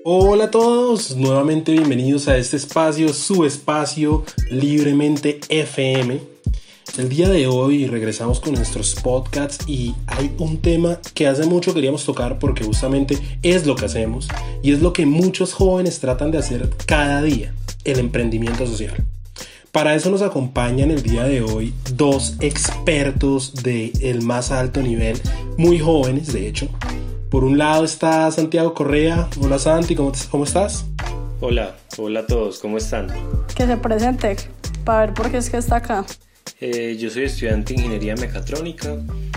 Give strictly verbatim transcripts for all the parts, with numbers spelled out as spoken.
Hola a todos, nuevamente bienvenidos a este espacio, su espacio Libremente F M. El día de hoy regresamos con nuestros podcasts y hay un tema que hace mucho queríamos tocar porque justamente es lo que hacemos y es lo que muchos jóvenes tratan de hacer cada día, el emprendimiento social. Para eso nos acompañan el día de hoy dos expertos del más alto nivel, muy jóvenes de hecho. Por un lado está Santiago Correa. Hola Santi, ¿cómo, te, ¿cómo estás? Hola, hola a todos, ¿cómo están? Que se presente, para ver por qué es que está acá. Eh, yo soy estudiante de Ingeniería Mecatrónica.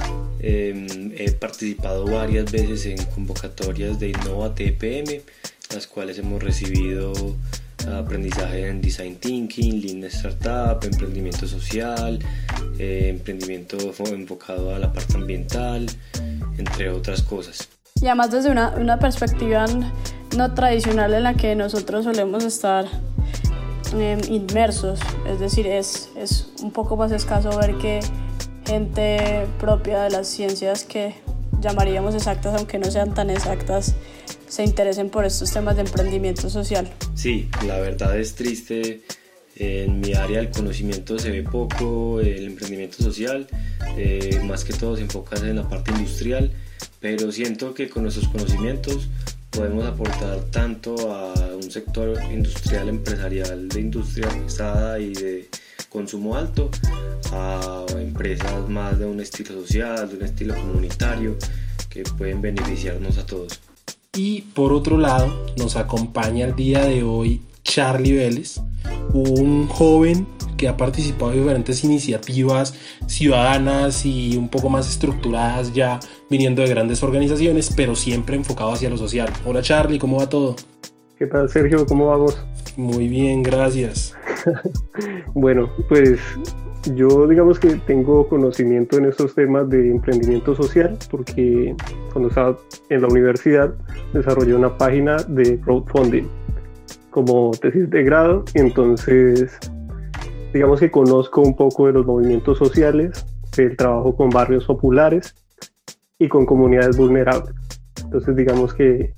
Eh, he participado varias veces en convocatorias de Innova T P M, las cuales hemos recibido aprendizaje en Design Thinking, Lean Startup, emprendimiento social, eh, emprendimiento enfocado a la parte ambiental, entre otras cosas. Y además desde una, una perspectiva no tradicional en la que nosotros solemos estar eh, inmersos, es decir, es, es un poco más escaso ver que gente propia de las ciencias que llamaríamos exactas, aunque no sean tan exactas, se interesen por estos temas de emprendimiento social. Sí, la verdad es triste. En mi área del conocimiento se ve poco el emprendimiento social, eh, más que todo se enfoca en la parte industrial, pero siento que con nuestros conocimientos podemos aportar tanto a un sector industrial, empresarial de industria pesada y de consumo alto, a empresas más de un estilo social, de un estilo comunitario, que pueden beneficiarnos a todos. Y por otro lado nos acompaña el día de hoy Charlie Vélez, un joven que ha participado en diferentes iniciativas ciudadanas y un poco más estructuradas, ya viniendo de grandes organizaciones, pero siempre enfocado hacia lo social. Hola Charlie, ¿cómo va todo? ¿Qué tal Sergio? ¿Cómo vamos? Muy bien, gracias. Bueno, pues yo digamos que tengo conocimiento en estos temas de emprendimiento social porque cuando estaba en la universidad desarrollé una página de crowdfunding como tesis de grado, y entonces digamos que conozco un poco de los movimientos sociales, del trabajo con barrios populares y con comunidades vulnerables. Entonces digamos que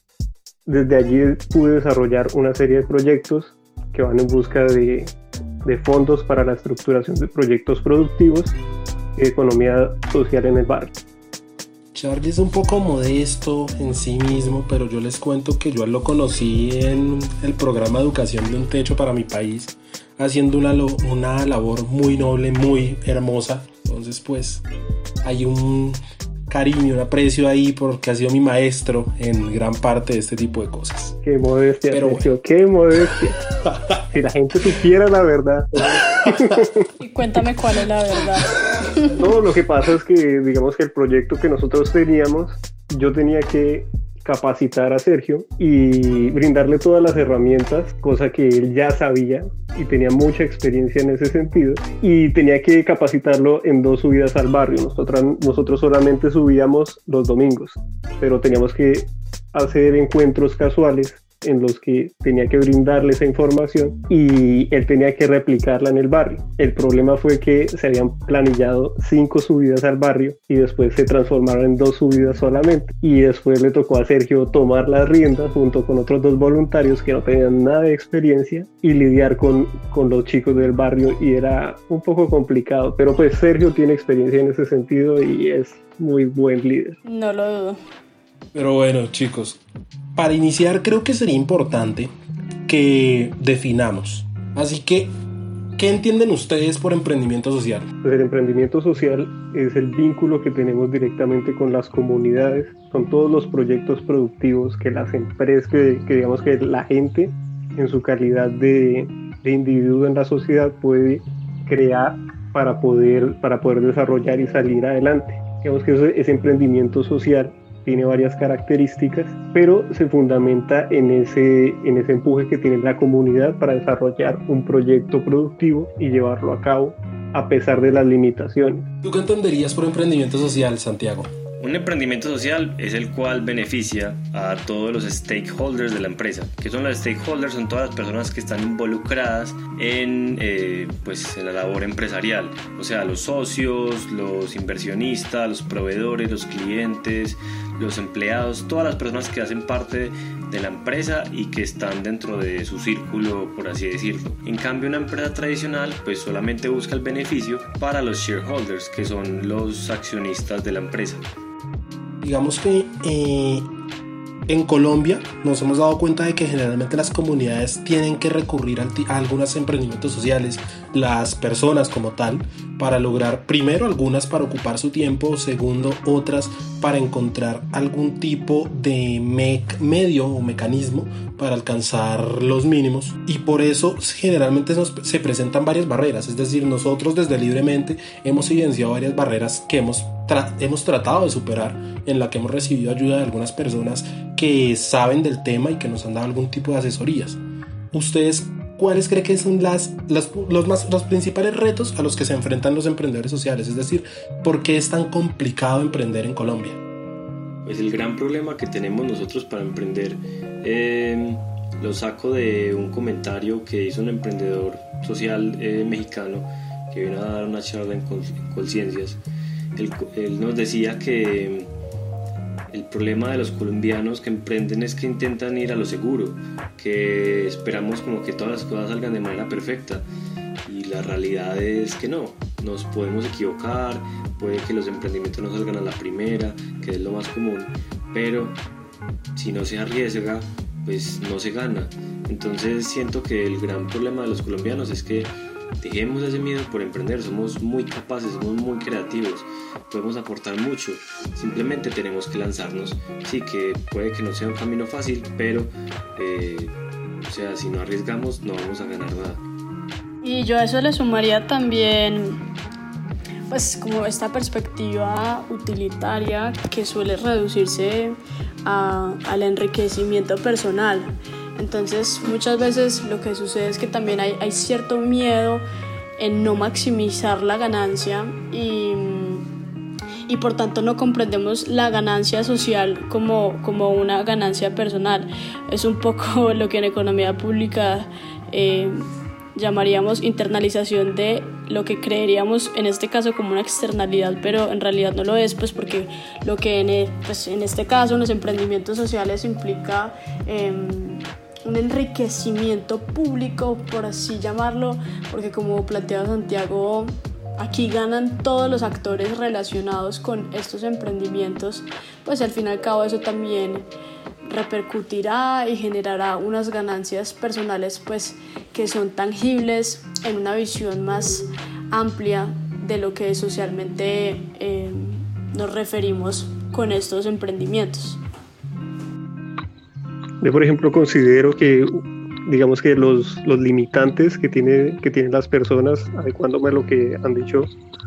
desde allí pude desarrollar una serie de proyectos que van en busca de, de fondos para la estructuración de proyectos productivos y de economía social en el barrio. Charlie es un poco modesto en sí mismo, pero yo les cuento que yo lo conocí en el programa de educación de un techo para mi país, haciendo una, una labor muy noble, muy hermosa. Entonces pues hay un cariño, un aprecio ahí porque ha sido mi maestro en gran parte de este tipo de cosas. Qué modestia, pero Sergio, bueno. Qué modestia. Si la gente supiera la verdad. Y cuéntame cuál es la verdad. No, lo que pasa es que digamos que el proyecto que nosotros teníamos, yo tenía que capacitar a Sergio y brindarle todas las herramientas, cosa que él ya sabía y tenía mucha experiencia en ese sentido, y tenía que capacitarlo en dos subidas al barrio. Nosotros, nosotros solamente subíamos los domingos, pero teníamos que hacer encuentros casuales en los que tenía que brindarle esa información y él tenía que replicarla en el barrio. El problema fue que se habían planillado cinco subidas al barrio y después se transformaron en dos subidas solamente, y después le tocó a Sergio tomar las riendas junto con otros dos voluntarios que no tenían nada de experiencia y lidiar con, con los chicos del barrio, y era un poco complicado, pero pues Sergio tiene experiencia en ese sentido y es muy buen líder. No lo dudo. Pero bueno, chicos, para iniciar creo que sería importante que definamos. Así que, ¿qué entienden ustedes por emprendimiento social? Pues el emprendimiento social es el vínculo que tenemos directamente con las comunidades, con todos los proyectos productivos que las empresas, que, que digamos que la gente en su calidad de, de individuo en la sociedad puede crear para poder, para poder desarrollar y salir adelante. Digamos que ese, ese emprendimiento social tiene varias características, pero se fundamenta en ese, en ese empuje que tiene la comunidad para desarrollar un proyecto productivo y llevarlo a cabo a pesar de las limitaciones. ¿Tú qué entenderías por emprendimiento social, Santiago? Un emprendimiento social es el cual beneficia a todos los stakeholders de la empresa. ¿Qué son los stakeholders? Son todas las personas que están involucradas en, eh, pues, en la labor empresarial. O sea, los socios, los inversionistas, los proveedores, los clientes, los empleados, todas las personas que hacen parte de la empresa y que están dentro de su círculo, por así decirlo. En cambio, una empresa tradicional pues solamente busca el beneficio para los shareholders, que son los accionistas de la empresa. Digamos que eh, en Colombia nos hemos dado cuenta de que generalmente las comunidades tienen que recurrir a, a algunos emprendimientos sociales, las personas como tal, para lograr, primero, algunas para ocupar su tiempo, segundo, otras para encontrar algún tipo de me- medio o mecanismo para alcanzar los mínimos, y por eso generalmente nos, se presentan varias barreras. Es decir, nosotros desde Libremente hemos evidenciado varias barreras que hemos, tra- hemos tratado de superar, en la que hemos recibido ayuda de algunas personas que saben del tema y que nos han dado algún tipo de asesorías. ¿Ustedes cuáles creen que son las, las, los, más, los principales retos a los que se enfrentan los emprendedores sociales? Es decir, ¿por qué es tan complicado emprender en Colombia? Pues el gran problema que tenemos nosotros para emprender eh, lo saco de un comentario que hizo un emprendedor social eh, mexicano que vino a dar una charla en Colciencias. Él, él nos decía que el problema de los colombianos que emprenden es que intentan ir a lo seguro, que esperamos como que todas las cosas salgan de manera perfecta, y la realidad es que no, nos podemos equivocar, puede que los emprendimientos no salgan a la primera, que es lo más común, pero si no se arriesga, pues no se gana. Entonces siento que el gran problema de los colombianos es que dejemos ese miedo por emprender. Somos muy capaces, somos muy creativos, podemos aportar mucho, simplemente tenemos que lanzarnos. Sí, que puede que no sea un camino fácil, pero eh, o sea, si no arriesgamos no vamos a ganar nada. Y yo a eso le sumaría también pues como esta perspectiva utilitaria que suele reducirse a, al enriquecimiento personal. Entonces muchas veces lo que sucede es que también hay, hay cierto miedo en no maximizar la ganancia y, y por tanto no comprendemos la ganancia social como, como una ganancia personal. Es un poco lo que en economía pública eh, llamaríamos internalización de lo que creeríamos en este caso como una externalidad, pero en realidad no lo es, pues porque lo que en, pues en este caso en los emprendimientos sociales implica eh, un enriquecimiento público, por así llamarlo, porque como planteaba Santiago, aquí ganan todos los actores relacionados con estos emprendimientos, pues al fin y al cabo eso también repercutirá y generará unas ganancias personales pues que son tangibles en una visión más amplia de lo que socialmente eh, nos referimos con estos emprendimientos. Yo, por ejemplo, considero que, digamos que los, los limitantes que, tiene, que tienen las personas, adecuándome a lo que han dicho,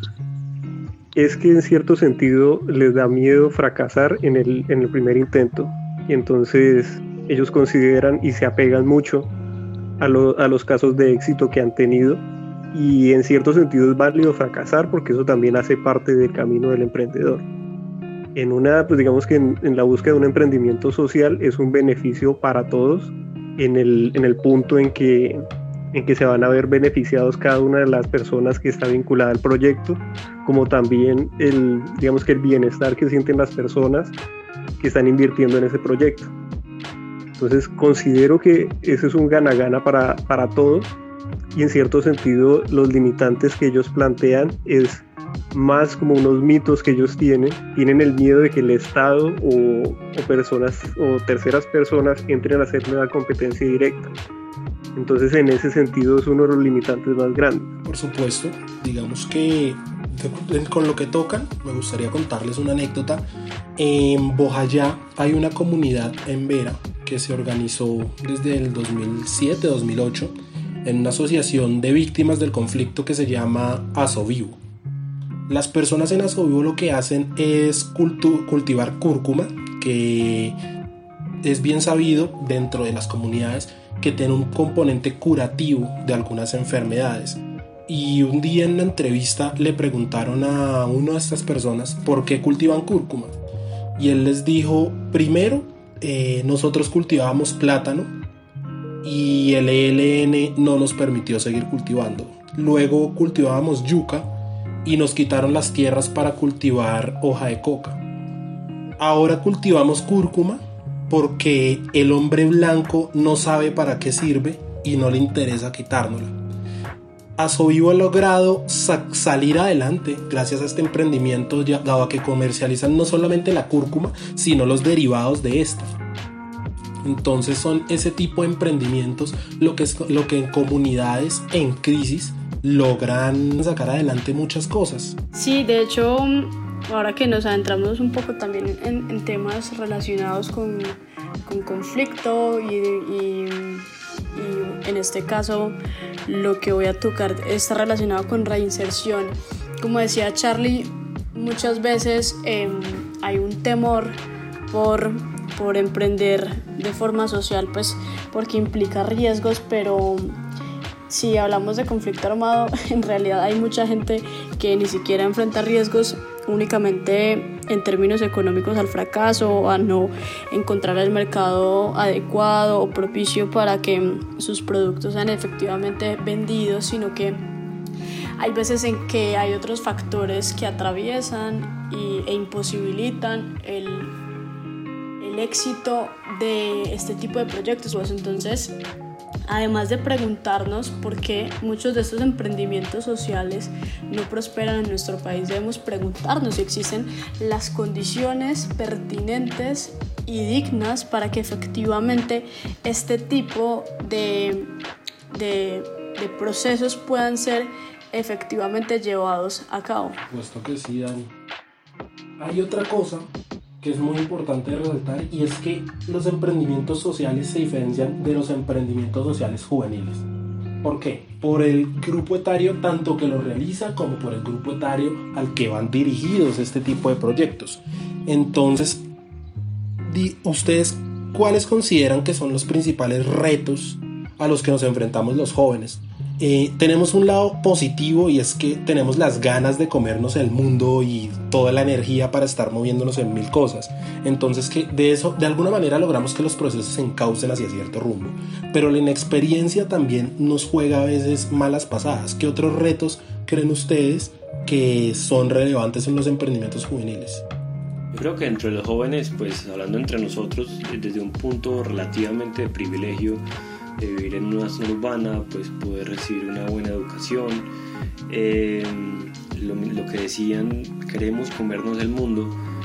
es que en cierto sentido les da miedo fracasar en el, en el primer intento. Y entonces ellos consideran y se apegan mucho a, lo, a los casos de éxito que han tenido. Y en cierto sentido es válido fracasar porque eso también hace parte del camino del emprendedor. En una, pues digamos que en, en la búsqueda de un emprendimiento social es un beneficio para todos en el, en el punto en que, en que se van a ver beneficiados cada una de las personas que está vinculada al proyecto, como también el, digamos que el bienestar que sienten las personas que están invirtiendo en ese proyecto. Entonces considero que ese es un gana-gana para, para todos, y en cierto sentido los limitantes que ellos plantean es más como unos mitos que ellos tienen, tienen el miedo de que el Estado o, o personas o terceras personas entren a hacerle la competencia directa. Entonces en ese sentido es uno de los limitantes más grandes. Por supuesto, digamos que con lo que tocan, me gustaría contarles una anécdota. En Bojayá hay una comunidad en Vera que se organizó desde el dos mil siete dos mil ocho en una asociación de víctimas del conflicto que se llama Asovivo. Las personas en Asovivo lo que hacen es cultu- cultivar cúrcuma, que es bien sabido dentro de las comunidades que tiene un componente curativo de algunas enfermedades. Y un día en una entrevista le preguntaron a una de estas personas por qué cultivan cúrcuma. Y él les dijo, primero, eh, nosotros cultivábamos plátano y el E L N no nos permitió seguir cultivando. Luego cultivábamos yuca y nos quitaron las tierras para cultivar hoja de coca. Ahora cultivamos cúrcuma porque el hombre blanco no sabe para qué sirve y no le interesa quitárnosla. Asobibo ha logrado sa- salir adelante gracias a este emprendimiento, ya, dado que comercializan no solamente la cúrcuma, sino los derivados de esta. Entonces son ese tipo de emprendimientos lo que, es, lo que en comunidades en crisis logran sacar adelante muchas cosas. Sí, de hecho, ahora que nos adentramos un poco también en, en temas relacionados con, con conflicto y, y, y en este caso lo que voy a tocar está relacionado con reinserción. Como decía Charlie, muchas veces eh, hay un temor por, por emprender de forma social, pues porque implica riesgos, pero si hablamos de conflicto armado, en realidad hay mucha gente que ni siquiera enfrenta riesgos, únicamente en términos económicos al fracaso o a no encontrar el mercado adecuado o propicio para que sus productos sean efectivamente vendidos, sino que hay veces en que hay otros factores que atraviesan y, e imposibilitan el, el éxito de este tipo de proyectos. Pues entonces, además de preguntarnos por qué muchos de estos emprendimientos sociales no prosperan en nuestro país, debemos preguntarnos si existen las condiciones pertinentes y dignas para que efectivamente este tipo de, de, de procesos puedan ser efectivamente llevados a cabo. Puesto que sí, Dani. Hay otra cosa que es muy importante resaltar, y es que los emprendimientos sociales se diferencian de los emprendimientos sociales juveniles. ¿Por qué? Por el grupo etario tanto que lo realiza como por el grupo etario al que van dirigidos este tipo de proyectos. Entonces, di, ¿ustedes cuáles consideran que son los principales retos a los que nos enfrentamos los jóvenes? Eh, tenemos un lado positivo, y es que tenemos las ganas de comernos el mundo y toda la energía para estar moviéndonos en mil cosas. Entonces que de eso, de alguna manera logramos que los procesos se encaucen hacia cierto rumbo. Pero la inexperiencia también nos juega a veces malas pasadas. ¿Qué otros retos creen ustedes que son relevantes en los emprendimientos juveniles? Yo creo que entre los jóvenes, pues hablando entre nosotros, desde un punto relativamente de privilegio, de vivir en una zona urbana, pues poder recibir una buena educación, eh, lo, lo que decían, queremos comernos el mundo,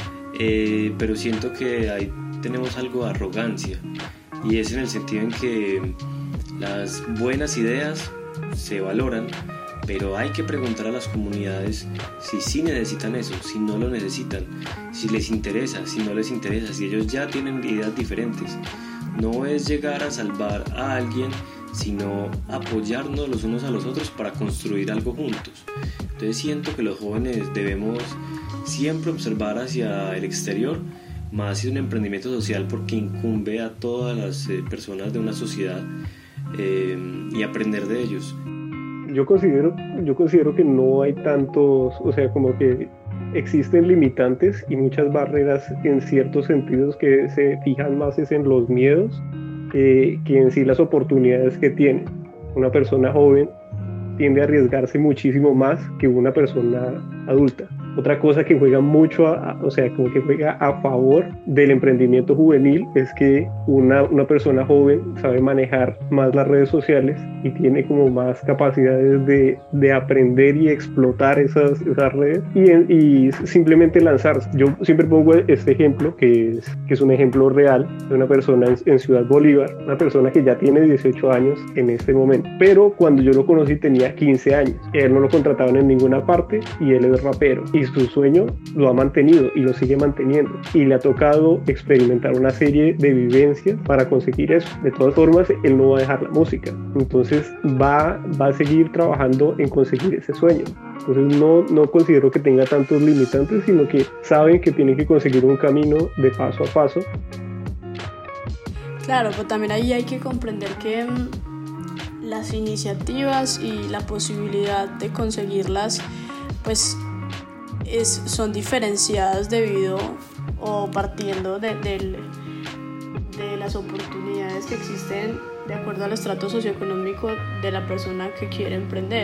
eh, pero siento que ahí tenemos algo de arrogancia, y es en el sentido en que las buenas ideas se valoran, pero hay que preguntar a las comunidades si sí necesitan eso, si no lo necesitan, si les interesa, si no les interesa, si ellos ya tienen ideas diferentes. No es llegar a salvar a alguien, sino apoyarnos los unos a los otros para construir algo juntos. Entonces siento que los jóvenes debemos siempre observar hacia el exterior, más si es un emprendimiento social, porque incumbe a todas las eh, personas de una sociedad, eh, y aprender de ellos. Yo considero, yo considero que no hay tantos, o sea, como que existen limitantes y muchas barreras en ciertos sentidos que se fijan más es en los miedos eh, que en sí las oportunidades que tiene. Una persona joven tiende a arriesgarse muchísimo más que una persona adulta. Otra cosa que juega mucho, a, a, o sea, como que juega a favor del emprendimiento juvenil es que una, una persona joven sabe manejar más las redes sociales y tiene como más capacidades de, de aprender y explotar esas, esas redes y, y simplemente lanzarse. Yo siempre pongo este ejemplo, que es, que es un ejemplo real de una persona en, en Ciudad Bolívar, una persona que ya tiene dieciocho años en este momento, pero cuando yo lo conocí tenía quince años. Él no lo contrataban en ninguna parte y él es rapero. Y su sueño lo ha mantenido y lo sigue manteniendo, y le ha tocado experimentar una serie de vivencias para conseguir eso. De todas formas, él no va a dejar la música, entonces va, va a seguir trabajando en conseguir ese sueño. Entonces no, no considero que tenga tantos limitantes, sino que saben que tienen que conseguir un camino de paso a paso. Claro, pero también ahí hay que comprender que mmm, las iniciativas y la posibilidad de conseguirlas pues Es, son diferenciadas debido o partiendo de, de, de las oportunidades que existen de acuerdo al estrato socioeconómico de la persona que quiere emprender.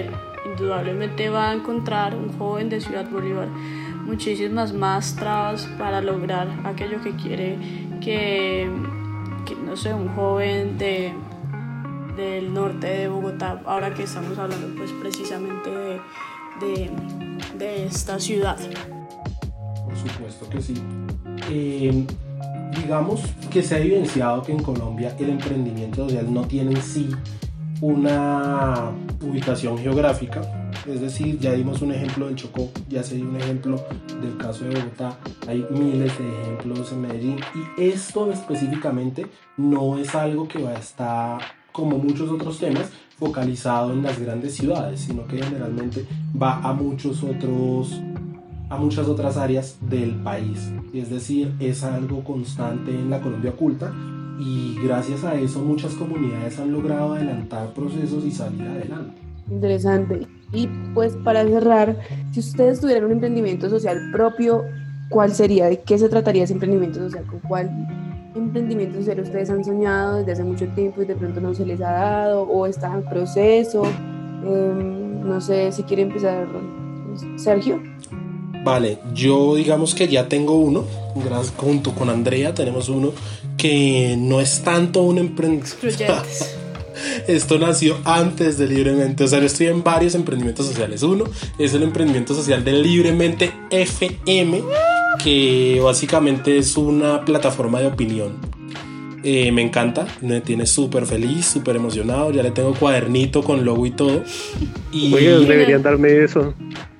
indudablemente va a encontrar un joven de Ciudad Bolívar muchísimas más trabas para lograr aquello que quiere que, que no sé, un joven de, del norte de Bogotá, ahora que estamos hablando pues precisamente de, de, de esta ciudad. Por supuesto que sí. Eh, digamos que se ha evidenciado que en Colombia el emprendimiento social no tiene en sí una ubicación geográfica, es decir, ya dimos un ejemplo del Chocó, ya se dio un ejemplo del caso de Bogotá, hay miles de ejemplos en Medellín, y esto específicamente no es algo que va a estar, como muchos otros temas, focalizado en las grandes ciudades, sino que generalmente va a muchos otros a muchas otras áreas del país, es decir, es algo constante en la Colombia oculta, y gracias a eso muchas comunidades han logrado adelantar procesos y salir adelante. Interesante. Y pues para cerrar, si ustedes tuvieran un emprendimiento social propio, ¿cuál sería? ¿De qué se trataría ese emprendimiento social? ¿Con cuál emprendimiento social ustedes han soñado desde hace mucho tiempo y de pronto no se les ha dado o está en proceso? Eh, no sé si quiere empezar Sergio. Vale, yo digamos que ya tengo uno, junto con Andrea tenemos uno que no es tanto un emprendimiento. Esto nació antes de Libremente, o sea, yo estoy en varios emprendimientos sociales. Uno es el emprendimiento social de Libremente F M, que básicamente es una plataforma de opinión. Eh, me encanta, me tiene súper feliz, súper emocionado, ya le tengo cuadernito con logo y todo. Y... Oye, deberían darme eso.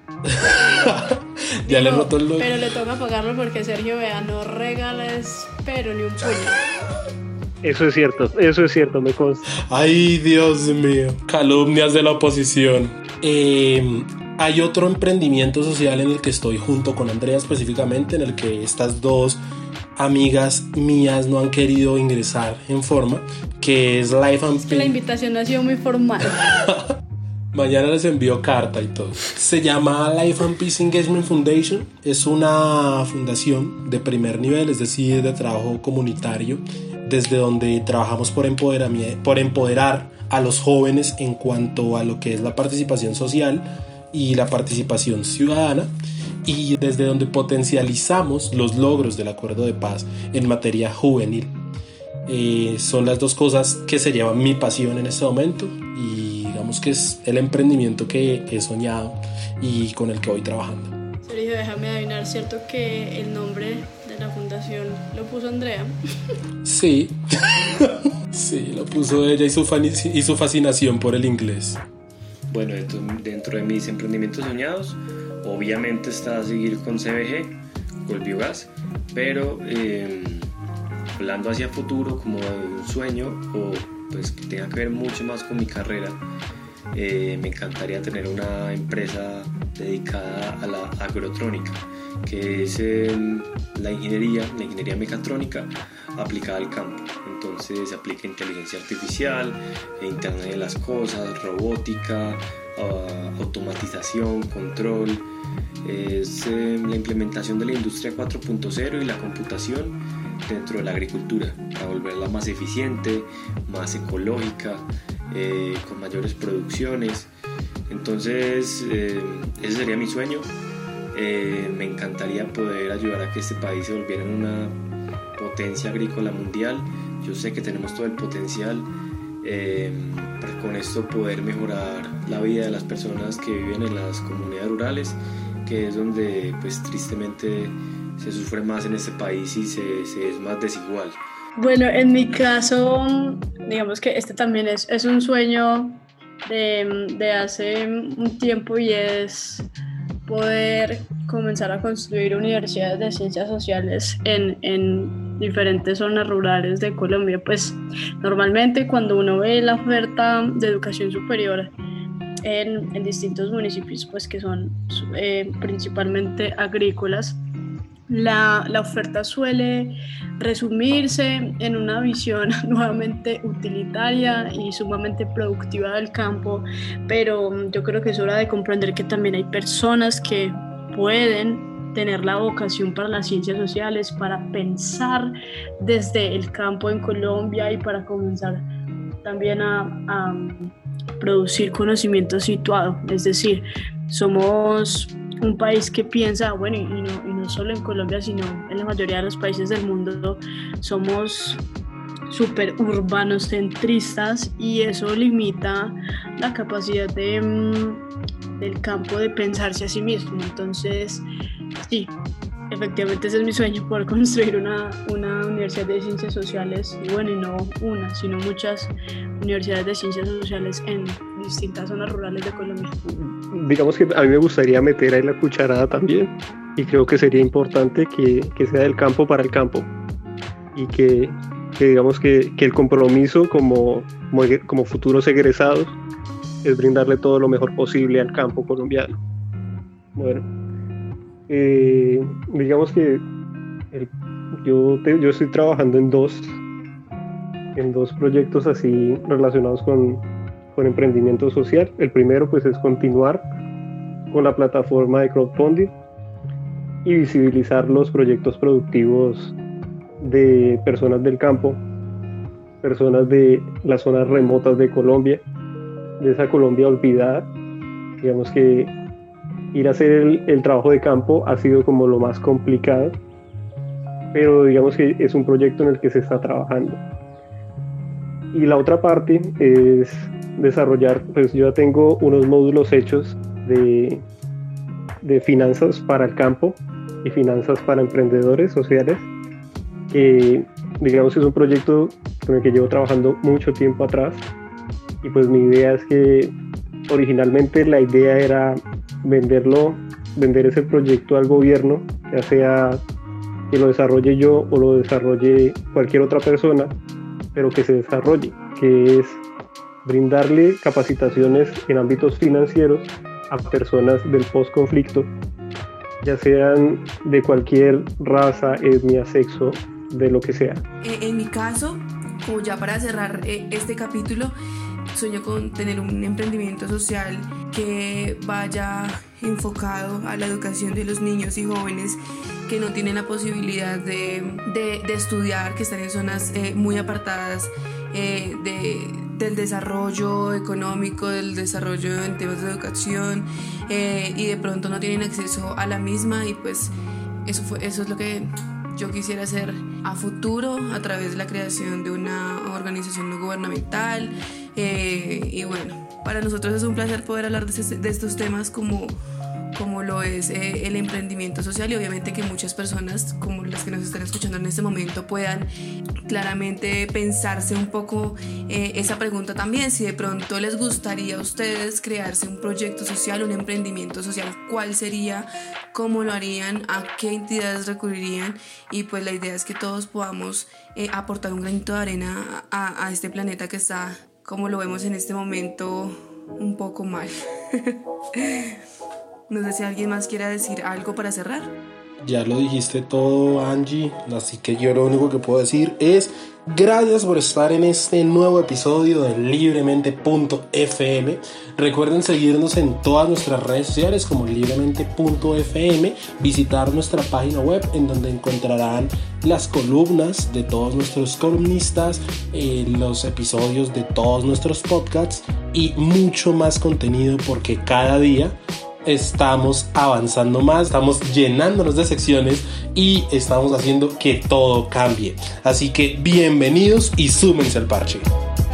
Ya Digo, le roto el logo. Pero le toca pagarlo porque Sergio, vea, no regales, pero ni un puño. Eso es cierto, eso es cierto, me consta. Ay, Dios mío, calumnias de la oposición. Eh, hay otro emprendimiento social en el que estoy junto con Andrea específicamente, en el que estas dos amigas mías no han querido ingresar en forma, que es Life and Es que la invitación ha sido muy formal. Mañana les envío carta y todo. Se llama Life and Peace Engagement Foundation. Es una fundación de primer nivel, es decir, de trabajo comunitario, desde donde trabajamos por, por empoderar a los jóvenes en cuanto a lo que es la participación social y la participación ciudadana, y desde donde potencializamos los logros del acuerdo de paz en materia juvenil. Eh, son las dos cosas que se llevan mi pasión en este momento, y digamos que es el emprendimiento que he soñado y con el que voy trabajando. Sergio, déjame adivinar, ¿cierto que el nombre de la fundación lo puso Andrea? Sí, sí, lo puso ella y su, y su fascinación por el inglés. Bueno, dentro de mis emprendimientos soñados, obviamente está seguir con C B G, con el biogás, pero eh, hablando hacia futuro como de un sueño, o pues que tenga que ver mucho más con mi carrera, eh, me encantaría tener una empresa dedicada a la agrotrónica, que es eh, la ingeniería, la ingeniería mecatrónica aplicada al campo. Entonces se aplica inteligencia artificial, internet de las cosas, robótica, uh, automatización, control. Es eh, la implementación de la industria cuatro punto cero y la computación dentro de la agricultura para volverla más eficiente, más ecológica, eh, con mayores producciones. Entonces eh, ese sería mi sueño. Eh, me encantaría poder ayudar a que este país se volviera en una potencia agrícola mundial. Yo sé que tenemos todo el potencial eh, para con esto poder mejorar la vida de las personas que viven en las comunidades rurales, que es donde pues tristemente se sufre más en este país y se, se es más desigual. Bueno, en mi caso, digamos que este también es, es un sueño de, de hace un tiempo, y es poder comenzar a construir universidades de ciencias sociales en, en diferentes zonas rurales de Colombia. Pues normalmente cuando uno ve la oferta de educación superior en, en distintos municipios, pues que son eh, principalmente agrícolas, La, la oferta suele resumirse en una visión nuevamente utilitaria y sumamente productiva del campo, pero yo creo que es hora de comprender que también hay personas que pueden tener la vocación para las ciencias sociales, para pensar desde el campo en Colombia y para comenzar también a, a, producir conocimiento situado, es decir, somos un país que piensa, bueno, y no, y no solo en Colombia, sino en la mayoría de los países del mundo, somos súper urbanocentristas y eso limita la capacidad de, del campo de pensarse a sí mismo. Entonces, sí, efectivamente ese es mi sueño, poder construir una, una universidad de ciencias sociales, y bueno, y no una, sino muchas universidades de ciencias sociales en distintas zonas rurales de Colombia. Digamos que a mí me gustaría meter ahí la cucharada también, y creo que sería importante que, que sea del campo para el campo, y que, que digamos que, que el compromiso como, como, como futuros egresados es brindarle todo lo mejor posible al campo colombiano. Bueno, eh, digamos que el, yo, te, yo estoy trabajando en dos, en dos proyectos así relacionados con, con emprendimiento social. El primero pues es continuar con la plataforma de crowdfunding y visibilizar los proyectos productivos de personas del campo, personas de las zonas remotas de Colombia, de esa Colombia olvidada. Digamos que ir a hacer el, el trabajo de campo ha sido como lo más complicado, pero digamos que es un proyecto en el que se está trabajando. Y la otra parte es desarrollar, pues yo ya tengo unos módulos hechos de, de finanzas para el campo y finanzas para emprendedores sociales, que digamos que es un proyecto con el que llevo trabajando mucho tiempo atrás, y pues mi idea es que originalmente la idea era venderlo, vender ese proyecto al gobierno, ya sea que lo desarrolle yo o lo desarrolle cualquier otra persona, pero que se desarrolle, que es brindarle capacitaciones en ámbitos financieros a personas del post-conflicto, ya sean de cualquier raza, etnia, sexo, de lo que sea. En mi caso, como ya para cerrar este capítulo, sueño con tener un emprendimiento social que vaya enfocado a la educación de los niños y jóvenes que no tienen la posibilidad de, de, de estudiar, que están en zonas eh, muy apartadas eh, de, del desarrollo económico, del desarrollo en temas de educación, eh, y de pronto no tienen acceso a la misma, y pues eso, fue, eso es lo que yo quisiera hacer a futuro a través de la creación de una organización no gubernamental. Eh, y bueno, para nosotros es un placer poder hablar de, este, de estos temas como, como lo es eh, el emprendimiento social, y obviamente que muchas personas como las que nos están escuchando en este momento puedan claramente pensarse un poco eh, esa pregunta también, si de pronto les gustaría a ustedes crearse un proyecto social, un emprendimiento social, ¿cuál sería? ¿Cómo lo harían? ¿A qué entidades recurrirían? Y pues la idea es que todos podamos eh, aportar un granito de arena a, a este planeta que está, como lo vemos en este momento, un poco mal. No sé si alguien más quiera decir algo para cerrar. Ya lo dijiste todo, Angie, así que yo lo único que puedo decir es gracias por estar en este nuevo episodio de libremente punto f m. Recuerden seguirnos en todas nuestras redes sociales como libremente punto f m, visitar nuestra página web en donde encontrarán las columnas de todos nuestros columnistas, eh, los episodios de todos nuestros podcasts y mucho más contenido, porque cada día estamos avanzando más, estamos llenándonos de secciones y estamos haciendo que todo cambie. Así que bienvenidos y súmense al parche.